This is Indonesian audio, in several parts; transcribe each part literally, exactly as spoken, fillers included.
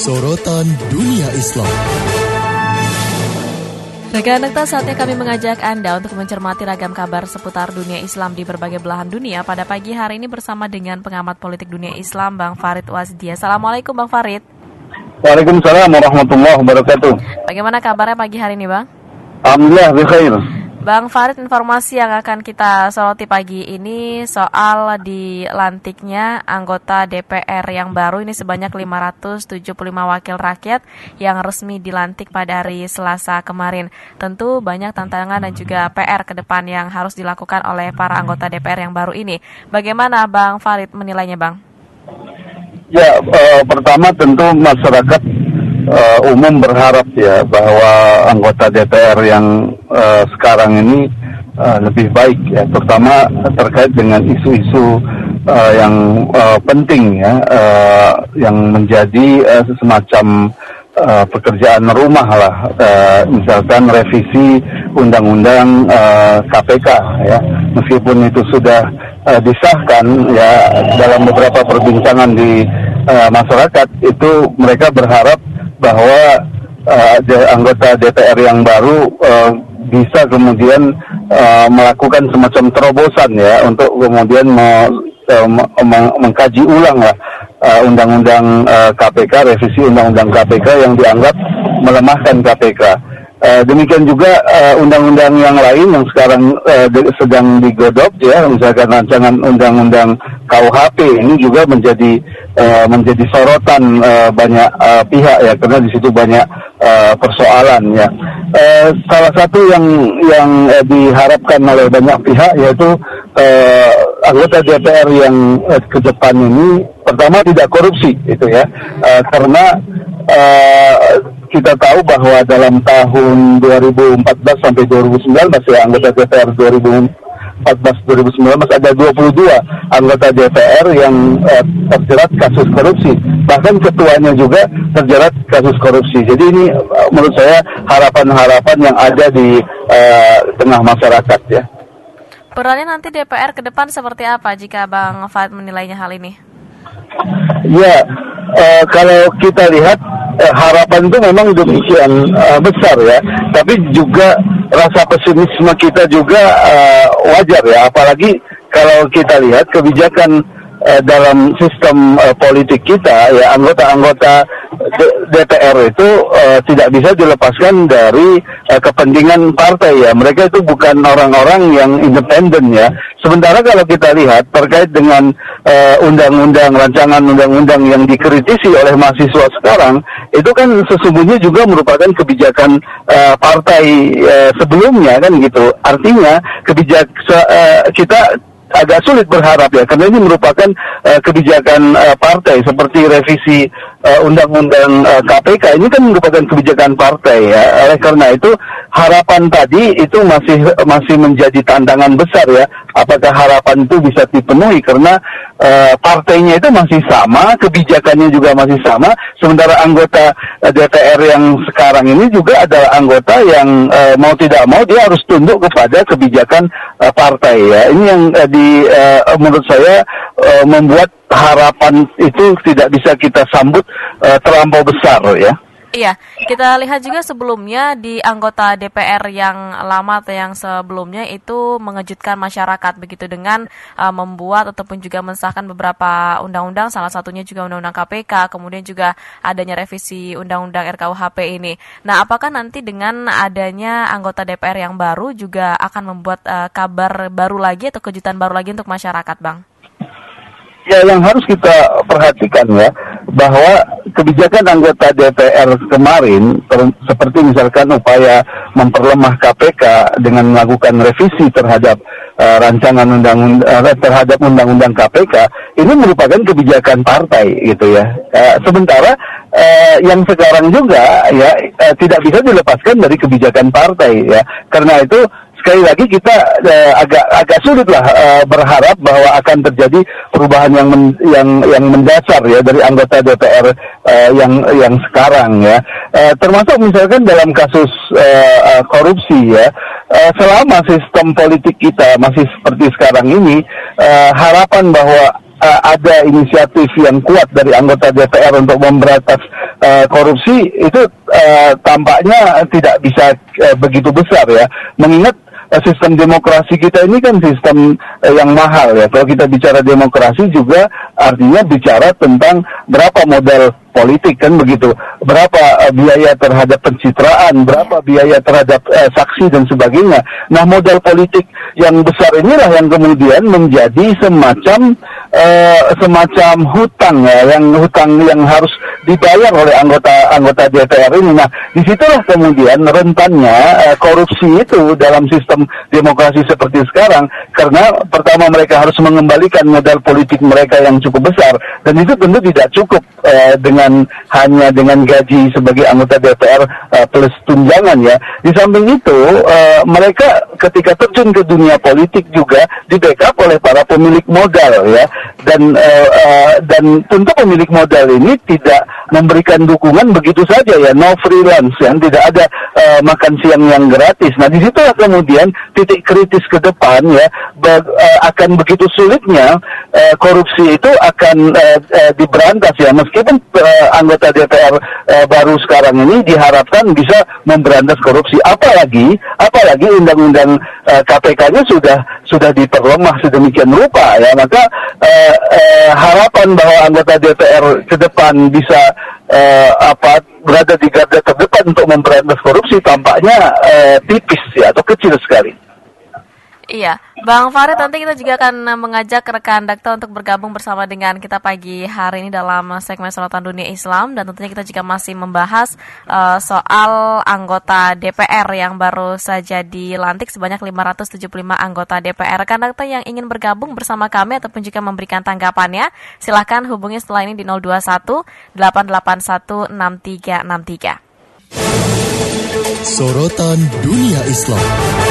Sorotan Dunia Islam. Rekan Nekta, saatnya kami mengajak Anda untuk mencermati ragam kabar seputar dunia Islam di berbagai belahan dunia pada pagi hari ini bersama dengan pengamat politik dunia Islam, Bang Farid Wasdia. Assalamualaikum, Bang Farid. Waalaikumsalam warahmatullahi wabarakatuh. Bagaimana kabarnya pagi hari ini, Bang? Alhamdulillah, bikhair. Bang Farid, informasi yang akan kita soroti pagi ini soal dilantiknya anggota D P R yang baru ini sebanyak lima ratus tujuh puluh lima wakil rakyat yang resmi dilantik pada hari Selasa kemarin. Tentu banyak tantangan dan juga P R ke depan yang harus dilakukan oleh para anggota D P R yang baru ini. Bagaimana Bang Farid menilainya, Bang? Ya, uh, pertama tentu masyarakat uh, umum berharap ya bahwa anggota D P R yang uh, sekarang ini uh, lebih baik ya, terutama terkait dengan isu-isu uh, yang uh, penting ya, uh, yang menjadi uh, semacam uh, pekerjaan rumah lah, uh, misalkan revisi undang-undang uh, K P K ya, meskipun itu sudah uh, disahkan ya dalam beberapa perbincangan di uh, masyarakat, itu mereka berharap bahwa uh, anggota D P R yang baru uh, bisa kemudian uh, melakukan semacam terobosan ya untuk kemudian me, uh, me- mengkaji ulang lah uh, undang-undang uh, K P K, revisi undang-undang K P K yang dianggap melemahkan K P K. Uh, demikian juga uh, undang-undang yang lain yang sekarang uh, de- sedang digodok ya, misalkan rancangan undang-undang K U H P ini juga menjadi uh, menjadi sorotan uh, banyak uh, pihak ya, karena di situ banyak uh, persoalan ya. Uh, salah satu yang yang uh, diharapkan oleh banyak pihak yaitu uh, anggota D P R yang uh, ke depan ini pertama tidak korupsi itu ya, uh, karena uh, kita tahu bahwa dalam tahun dua ribu empat belas sampai dua ribu sembilan belas ya, anggota D P R dua ribu empat belas dua ribu sembilan belas ada dua puluh dua anggota D P R yang uh, terjerat kasus korupsi. Bahkan ketuanya juga terjerat kasus korupsi. Jadi ini uh, menurut saya harapan-harapan yang ada di uh, tengah masyarakat ya. Perannya nanti D P R ke depan seperti apa jika Bang Farid menilainya hal ini? Ya, uh, kalau kita lihat uh, harapan itu memang demikian uh, besar ya, tapi juga rasa pesimisme kita juga uh, wajar ya, apalagi kalau kita lihat kebijakan uh, dalam sistem uh, politik kita ya, anggota-anggota D- DPR itu uh, tidak bisa dilepaskan dari uh, kepentingan partai ya. Mereka itu bukan orang-orang yang independen ya. Sementara kalau kita lihat terkait dengan uh, undang-undang, rancangan undang-undang yang dikritisi oleh mahasiswa sekarang, itu kan sesungguhnya juga merupakan kebijakan uh, partai uh, sebelumnya kan gitu. Artinya kebijak uh, kita agak sulit berharap ya, karena ini merupakan uh, kebijakan uh, partai seperti revisi uh, undang-undang uh, K P K ini kan merupakan kebijakan partai ya. Oleh karena itu harapan tadi itu masih masih menjadi tantangan besar ya. Apakah harapan itu bisa dipenuhi karena uh, partainya itu masih sama, kebijakannya juga masih sama, sementara anggota uh, D P R yang sekarang ini juga adalah anggota yang uh, mau tidak mau dia harus tunduk kepada kebijakan uh, partai ya. Ini yang uh, di uh, menurut saya uh, membuat harapan itu tidak bisa kita sambut uh, terlampau besar ya. Iya, kita lihat juga sebelumnya di anggota D P R yang lama atau yang sebelumnya itu mengejutkan masyarakat begitu dengan uh, membuat ataupun juga mensahkan beberapa undang-undang, salah satunya juga undang-undang K P K, kemudian juga adanya revisi undang-undang R K U H P ini. Nah, apakah nanti dengan adanya anggota D P R yang baru juga akan membuat uh, kabar baru lagi atau kejutan baru lagi untuk masyarakat, Bang? Ya, yang harus kita perhatikan ya, bahwa kebijakan anggota D P R kemarin ter- seperti misalkan upaya memperlemah K P K dengan melakukan revisi terhadap uh, rancangan undang-undang uh, terhadap undang-undang K P K ini merupakan kebijakan partai gitu ya. Uh, sementara uh, yang sekarang juga ya uh, tidak bisa dilepaskan dari kebijakan partai ya. Karena itu sekali lagi kita uh, agak agak sulit lah uh, berharap bahwa akan terjadi perubahan yang men, yang yang mendasar ya dari anggota D P R uh, yang yang sekarang ya, uh, termasuk misalkan dalam kasus uh, uh, korupsi ya, uh, selama sistem politik kita masih seperti sekarang ini, uh, harapan bahwa uh, ada inisiatif yang kuat dari anggota D P R untuk memberantas uh, korupsi itu uh, tampaknya tidak bisa uh, begitu besar ya, mengingat uh, sistem demokrasi kita ini kan sistem uh, yang mahal ya. Kalau kita bicara demokrasi juga artinya bicara tentang berapa modal politik kan begitu, berapa uh, biaya terhadap pencitraan, berapa biaya terhadap uh, saksi dan sebagainya. Nah, modal politik yang besar inilah yang kemudian menjadi semacam uh, semacam hutang ya, yang hutang yang harus dibayar oleh anggota-anggota D P R ini. Nah, disitulah kemudian rentannya uh, korupsi itu dalam sistem demokrasi seperti sekarang, karena pertama mereka harus mengembalikan modal politik mereka yang cukup besar, dan itu tentu tidak cukup uh, dengan hanya dengan gaji sebagai anggota D P R uh, plus tunjangan ya. Di samping itu uh, mereka ketika terjun ke dunia politik juga di backup oleh para pemilik modal ya, dan uh, uh, dan tentu pemilik modal ini tidak memberikan dukungan begitu saja ya, no free lunch ya, tidak ada uh, makan siang yang gratis. Nah, disitulah kemudian titik kritis ke depan ya, bag, uh, akan begitu sulitnya uh, korupsi itu akan uh, uh, diberantas ya, meskipun uh, anggota D P R uh, baru sekarang ini diharapkan bisa memberantas korupsi. Apalagi, apalagi undang-undang uh, K P K-nya sudah sudah diperlemah sedemikian rupa ya, maka uh, uh, harapan bahwa anggota D P R ke depan bisa uh, apa berada di garda terdepan untuk memberantas korupsi tampaknya uh, tipis ya, atau kecil sekali. Iya, Bang Farid, nanti kita juga akan mengajak rekan Dakta untuk bergabung bersama dengan kita pagi hari ini dalam segmen Sorotan Dunia Islam, dan tentunya kita juga masih membahas uh, soal anggota D P R yang baru saja dilantik sebanyak lima ratus tujuh puluh lima anggota D P R. Rekan Dakta yang ingin bergabung bersama kami ataupun juga memberikan tanggapannya, silakan hubungi setelah ini di nol dua satu delapan delapan satu enam tiga enam tiga. Sorotan Dunia Islam.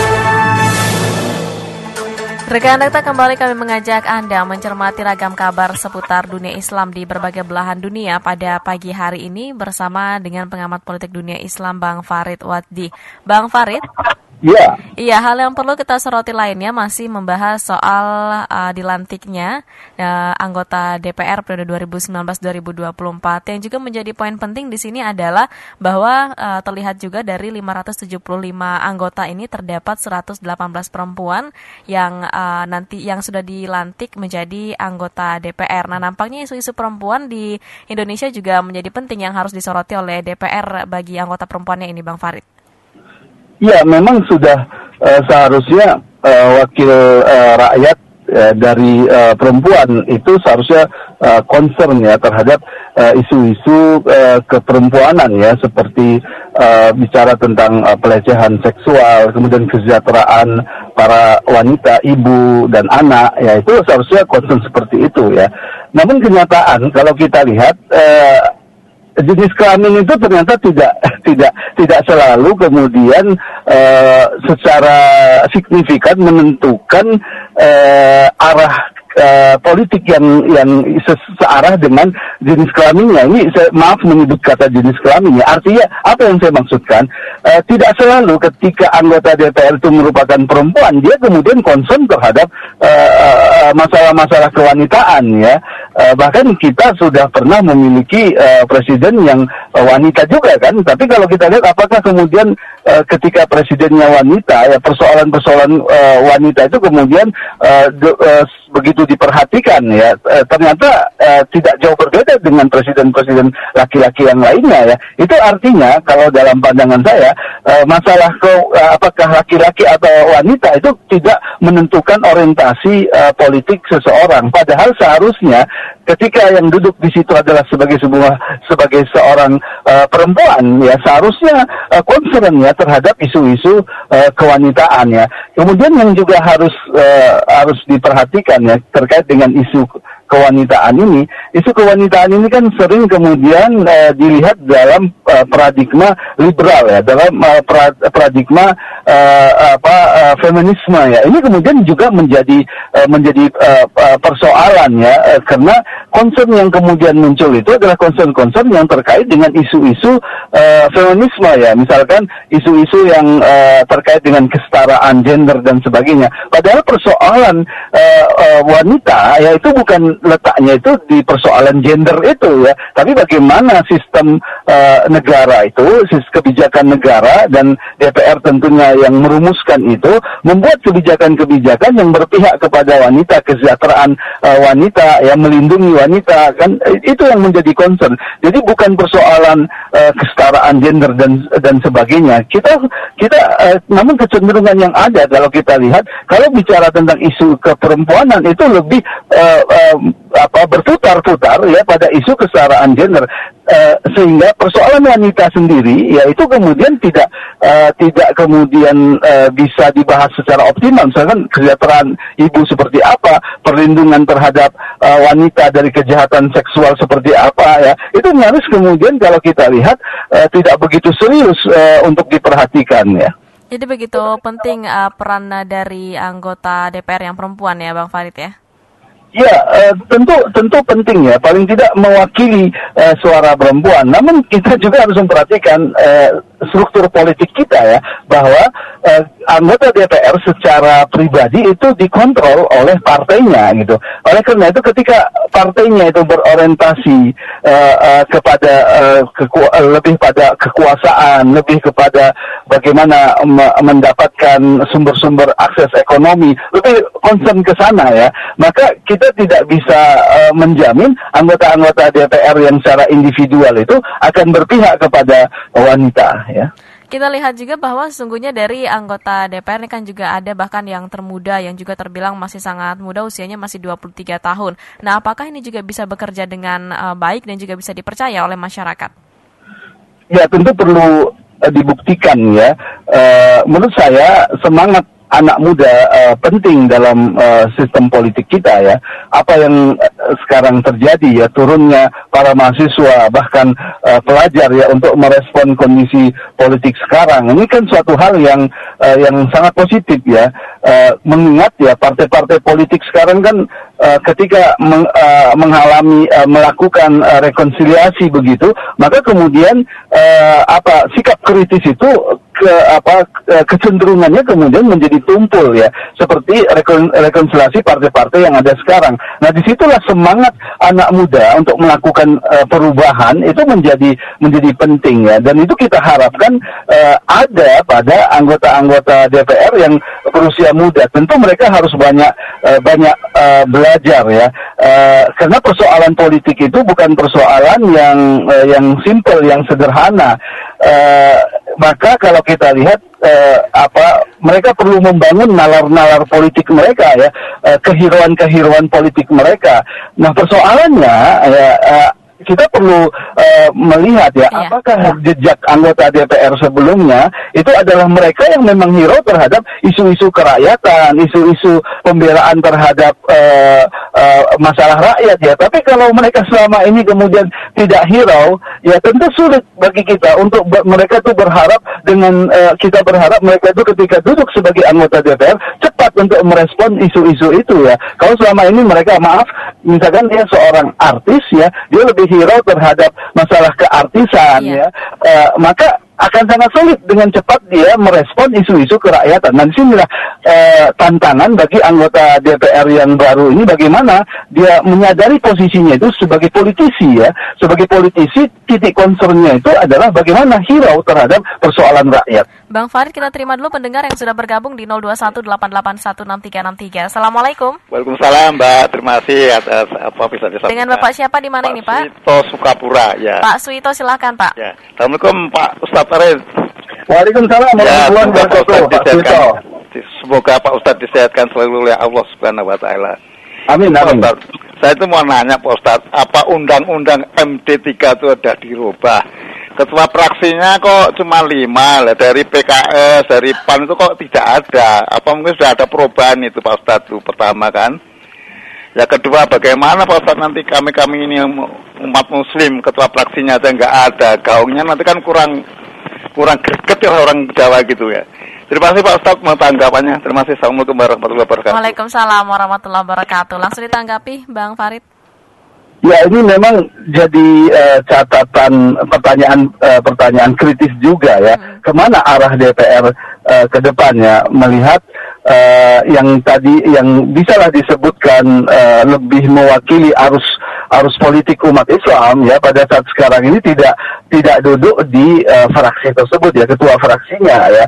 Rekan Dakta, kembali kami mengajak Anda mencermati ragam kabar seputar dunia Islam di berbagai belahan dunia pada pagi hari ini bersama dengan pengamat politik dunia Islam Bang Farid Waddi. Bang Farid? Iya. Iya, hal yang perlu kita soroti lainnya masih membahas soal uh, dilantiknya uh, anggota D P R periode dua ribu sembilan belas sampai dua ribu dua puluh empat. Yang juga menjadi poin penting di sini adalah bahwa uh, terlihat juga dari lima ratus tujuh puluh lima anggota ini terdapat seratus delapan belas perempuan yang uh, nanti yang sudah dilantik menjadi anggota D P R. Nah, nampaknya isu-isu perempuan di Indonesia juga menjadi penting yang harus disoroti oleh D P R bagi anggota perempuannya ini, Bang Farid. Ya, memang sudah uh, seharusnya uh, wakil uh, rakyat uh, dari uh, perempuan itu seharusnya uh, concern ya terhadap uh, isu-isu uh, keperempuanan ya, seperti uh, bicara tentang uh, pelecehan seksual, kemudian kesejahteraan para wanita, ibu dan anak ya, itu seharusnya concern seperti itu ya. Namun kenyataan kalau kita lihat uh, jenis kelamin itu ternyata tidak tidak tidak selalu kemudian uh, secara signifikan menentukan uh, arah uh, politik yang yang se- searah dengan jenis kelaminnya. Ini saya, maaf menyebut kata jenis kelaminnya. Artinya apa yang saya maksudkan? Uh, tidak selalu ketika anggota D P R itu merupakan perempuan, dia kemudian concern terhadap uh, uh, masalah-masalah kewanitaan ya. Uh, bahkan kita sudah pernah memiliki uh, presiden yang uh, wanita juga kan. Tapi kalau kita lihat apakah kemudian uh, ketika presidennya wanita ya, persoalan-persoalan uh, wanita itu kemudian uh, de, uh, begitu diperhatikan ya, uh, ternyata uh, tidak jauh berbeda dengan presiden-presiden laki-laki yang lainnya ya. Itu artinya kalau dalam pandangan saya uh, masalah ke, uh, apakah laki-laki atau wanita itu tidak menentukan orientasi uh, politik seseorang. Padahal seharusnya ketika yang duduk di situ adalah sebagai sebuah sebagai seorang uh, perempuan ya, seharusnya uh, concernnya terhadap isu-isu uh, kewanitaan ya. Kemudian yang juga harus uh, harus diperhatikan ya terkait dengan isu kewanitaan ini, isu kewanitaan ini kan sering kemudian uh, dilihat dalam uh, paradigma liberal ya, dalam uh, paradigma uh, apa uh, feminisme ya. Ini kemudian juga menjadi uh, menjadi uh, uh, persoalan ya, uh, karena concern yang kemudian muncul itu adalah concern-concern yang terkait dengan isu-isu uh, feminisme ya, misalkan isu-isu yang uh, terkait dengan kesetaraan gender dan sebagainya. Padahal persoalan uh, uh, wanita ya itu bukan letaknya itu di persoalan gender itu ya. Tapi bagaimana sistem uh, negara itu, sistem kebijakan negara dan D P R tentunya yang merumuskan itu membuat kebijakan-kebijakan yang berpihak kepada wanita, kesejahteraan uh, wanita, yang melindungi wanita, kan itu yang menjadi concern. Jadi bukan persoalan uh, kesetaraan gender dan dan sebagainya. Kita kita uh, namun kecenderungan yang ada kalau kita lihat, kalau bicara tentang isu keperempuanan itu lebih uh, uh, apa berputar-putar ya pada isu kesetaraan gender, uh, sehingga persoalan wanita sendiri ya itu kemudian tidak uh, tidak kemudian uh, bisa dibahas secara optimal. Misalkan kesejahteraan ibu seperti apa, perlindungan terhadap uh, wanita dari kejahatan seksual seperti apa ya, itu harus kemudian kalau kita lihat uh, tidak begitu serius uh, untuk diperhatikan ya. Jadi begitu penting uh, peran dari anggota D P R yang perempuan ya Bang Farid ya? Ya, uh, tentu tentu penting ya, paling tidak mewakili uh, suara perempuan. Namun kita juga harus memperhatikan uh, struktur politik kita ya, bahwa uh, anggota D P R secara pribadi itu dikontrol oleh partainya gitu. Oleh karena itu ketika partainya itu berorientasi uh, uh, kepada uh, keku- uh, lebih pada kekuasaan, lebih kepada bagaimana me- mendapatkan sumber-sumber akses ekonomi, lebih concern ke sana ya, maka kita tidak bisa uh, menjamin anggota-anggota D P R yang secara individual itu akan berpihak kepada wanita ya. Kita lihat juga bahwa sesungguhnya dari anggota D P R ini kan juga ada bahkan yang termuda yang juga terbilang masih sangat muda, usianya masih dua puluh tiga tahun. Nah, apakah ini juga bisa bekerja dengan uh, baik dan juga bisa dipercaya oleh masyarakat? Ya, tentu perlu uh, dibuktikan ya. Uh, menurut saya semangat anak muda uh, penting dalam uh, sistem politik kita ya. Apa yang uh, sekarang terjadi ya, turunnya para mahasiswa bahkan uh, pelajar ya untuk merespon kondisi politik sekarang, ini kan suatu hal yang uh, yang sangat positif ya. Uh, mengingat ya partai-partai politik sekarang kan uh, ketika meng, uh, mengalami uh, melakukan uh, rekonsiliasi begitu, maka kemudian uh, apa sikap kritis itu ke apa kecenderungannya kemudian menjadi tumpul ya, seperti rekon, rekonsiliasi partai-partai yang ada sekarang. Nah, disitulah semangat anak muda untuk melakukan uh, perubahan itu menjadi menjadi penting ya, dan itu kita harapkan uh, ada pada anggota-anggota D P R yang berusia muda. Tentu mereka harus banyak uh, banyak uh, belajar ya, uh, karena persoalan politik itu bukan persoalan yang uh, yang simple, yang sederhana. Uh, maka kalau kita lihat eh, apa mereka perlu membangun nalar-nalar politik mereka ya, eh, kehiruan-kehiruan politik mereka. Nah, persoalannya ya eh, kita perlu uh, melihat ya, iya. apakah jejak anggota D P R sebelumnya itu adalah mereka yang memang hero terhadap isu-isu kerakyatan, isu-isu pembelaan terhadap uh, uh, masalah rakyat ya. Tapi kalau mereka selama ini kemudian tidak hero, ya tentu sulit bagi kita untuk ber- mereka tuh berharap dengan uh, kita berharap mereka itu ketika duduk sebagai anggota D P R cepat untuk merespon isu-isu itu ya. Kalau selama ini mereka maaf, misalkan dia seorang artis ya, dia lebih hero terhadap masalah keartisan iya. ya, uh, maka akan sangat sulit dengan cepat dia merespon isu-isu kerakyatan. Dan disinilah eh, tantangan bagi anggota D P R yang baru ini, bagaimana dia menyadari posisinya itu sebagai politisi ya. Sebagai politisi, titik concernnya itu adalah bagaimana hero terhadap persoalan rakyat. Bang Farid, kita terima dulu pendengar yang sudah bergabung di nol dua satu delapan delapan satu enam tiga enam tiga. Assalamualaikum. Waalaikumsalam, Mbak. Terima kasih atas apa bisa disampaikan. Dengan Bapak siapa di mana ini, Pak? Suito Sukapura, ya. Pak Suito, silakan, Pak. Ya. Assalamualaikum, Pak Ustadz Farid. Waalaikumsalam warahmatullahi wabarakatuh, Pak Suito. Semoga Pak Ustadz disehatkan selalu oleh Allah Subhanahu wa taala. Amin, amin. Pak Ustadz, saya itu mau nanya Pak Ustadz, apa undang-undang M D tiga itu ada dirubah? Ketua fraksinya kok cuma lima lah, dari P K S, dari P A N itu kok tidak ada. Apa mungkin sudah ada perubahan itu Pak Ustadz, itu pertama kan? Ya kedua, bagaimana Pak Ustadz nanti kami-kami ini umat muslim, ketua fraksinya aja nggak ada, gaungnya nanti kan kurang kurang greget ya orang Jawa gitu ya. Terima kasih Pak Ustadz mau tanggapannya. Terima kasih. Assalamualaikum warahmatullahi wabarakatuh. Waalaikumsalam warahmatullahi wabarakatuh. Langsung ditanggapi Bang Farid. Ya, ini memang jadi uh, catatan pertanyaan uh, pertanyaan kritis juga ya. Hmm. Kemana arah D P R uh, ke depannya, melihat uh, yang tadi yang bisalah disebutkan uh, lebih mewakili arus arus politik umat Islam ya pada saat sekarang ini tidak tidak duduk di uh, fraksi tersebut ya, ketua fraksinya ya.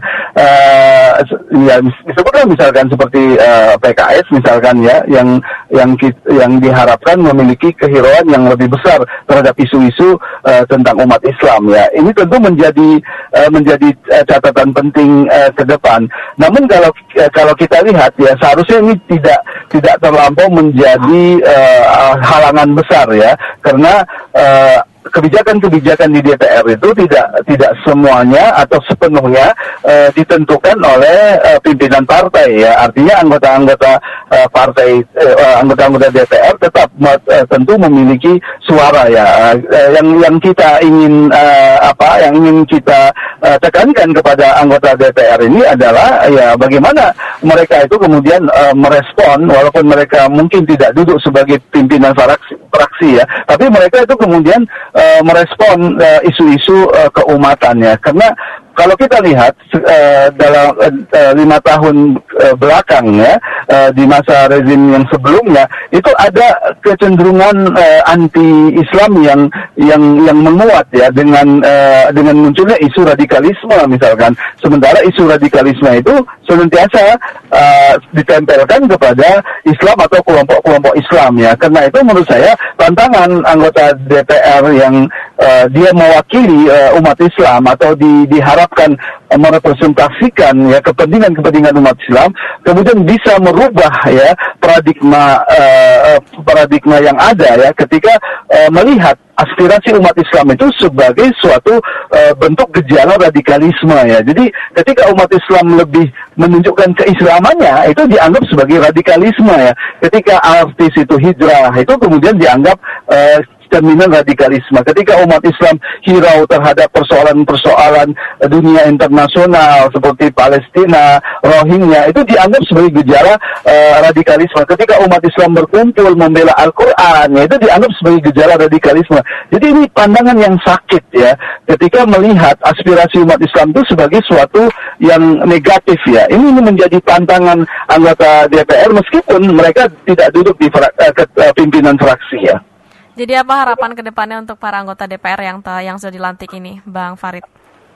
Uh, ya disebutkan misalkan seperti uh, P K S misalkan ya, yang yang yang diharapkan memiliki kehirauan yang lebih besar terhadap isu-isu uh, tentang umat Islam ya. Ini tentu menjadi uh, menjadi uh, catatan penting uh, ke depan. Namun kalau uh, kalau kita lihat ya, seharusnya ini tidak tidak terlampau menjadi uh, halangan besar ya, karena uh, kebijakan-kebijakan di D P R itu tidak tidak semuanya atau sepenuhnya uh, ditentukan oleh uh, pimpinan partai ya. Artinya anggota-anggota uh, partai uh, anggota-anggota D P R tetap uh, tentu memiliki suara ya. Uh, yang yang kita ingin uh, apa yang ingin kita uh, tekankan kepada anggota D P R ini adalah ya bagaimana mereka itu kemudian uh, merespon, walaupun mereka mungkin tidak duduk sebagai pimpinan fraksi, fraksi ya, tapi mereka itu kemudian Uh, merespon uh, isu-isu uh, keumatan ya, karena kalau kita lihat uh, dalam uh, lima tahun uh, belakang ya, uh, di masa rezim yang sebelumnya itu ada kecenderungan uh, anti-Islam yang yang yang menguat ya, dengan uh, dengan munculnya isu radikalisme misalkan. Sementara isu radikalisme itu senantiasa uh, ditempelkan kepada Islam atau kelompok-kelompok Islam ya. Karena itu menurut saya tantangan anggota D P R yang uh, dia mewakili uh, umat Islam atau di, diharap akan merepresentasikan ya kepentingan-kepentingan umat Islam, kemudian bisa merubah ya paradigma uh, paradigma yang ada ya, ketika uh, melihat aspirasi umat Islam itu sebagai suatu uh, bentuk gejala radikalisme ya. Jadi ketika umat Islam lebih menunjukkan keislamannya, itu dianggap sebagai radikalisme ya. Ketika artis itu hijrah, itu kemudian dianggap uh, cerminan radikalisme. Ketika umat Islam hirau terhadap persoalan-persoalan dunia internasional seperti Palestina, Rohingya, itu dianggap sebagai gejala uh, radikalisme. Ketika umat Islam berkumpul membela Al-Quran, ya, itu dianggap sebagai gejala radikalisme. Jadi ini pandangan yang sakit ya, ketika melihat aspirasi umat Islam itu sebagai suatu yang negatif ya. Ini, ini menjadi pantangan anggota D P R meskipun mereka tidak duduk di fra- uh, ke, uh, pimpinan fraksi ya. Jadi apa harapan ke depannya untuk para anggota D P R yang yang sudah dilantik ini, Bang Farid?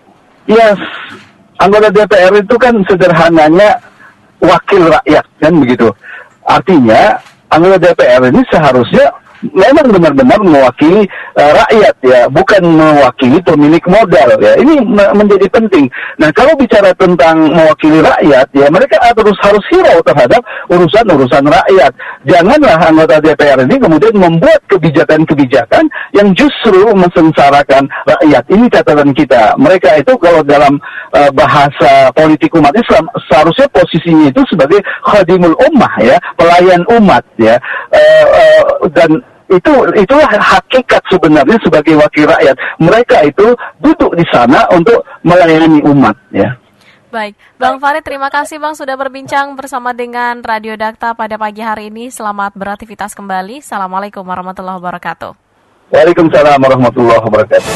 Yes, anggota D P R itu kan sederhananya wakil rakyat kan begitu. Artinya anggota D P R ini seharusnya memang benar-benar mewakili uh, rakyat ya, bukan mewakili pemilik modal ya. Ini me- menjadi penting. Nah, kalau bicara tentang mewakili rakyat ya, mereka harus harus hirau terhadap urusan-urusan rakyat. Janganlah anggota D P R ini kemudian membuat kebijakan-kebijakan yang justru mensengsarakan rakyat. Ini catatan kita. Mereka itu kalau dalam uh, bahasa politik umat Islam seharusnya posisinya itu sebagai khadimul ummah ya, pelayan umat ya. Uh, uh, dan itu itulah hakikat sebenarnya sebagai wakil rakyat. Mereka itu duduk di sana untuk melayani umat ya. Baik, Bang Farid, terima kasih Bang sudah berbincang bersama dengan Radio Dakta pada pagi hari ini. Selamat beraktivitas kembali. Assalamualaikum warahmatullahi wabarakatuh. Waalaikumsalam warahmatullahi wabarakatuh.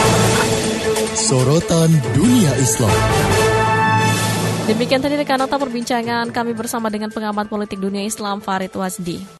Sorotan Dunia Islam. Demikian tadi rekan nota perbincangan kami bersama dengan pengamat politik dunia Islam Farid Wazdi.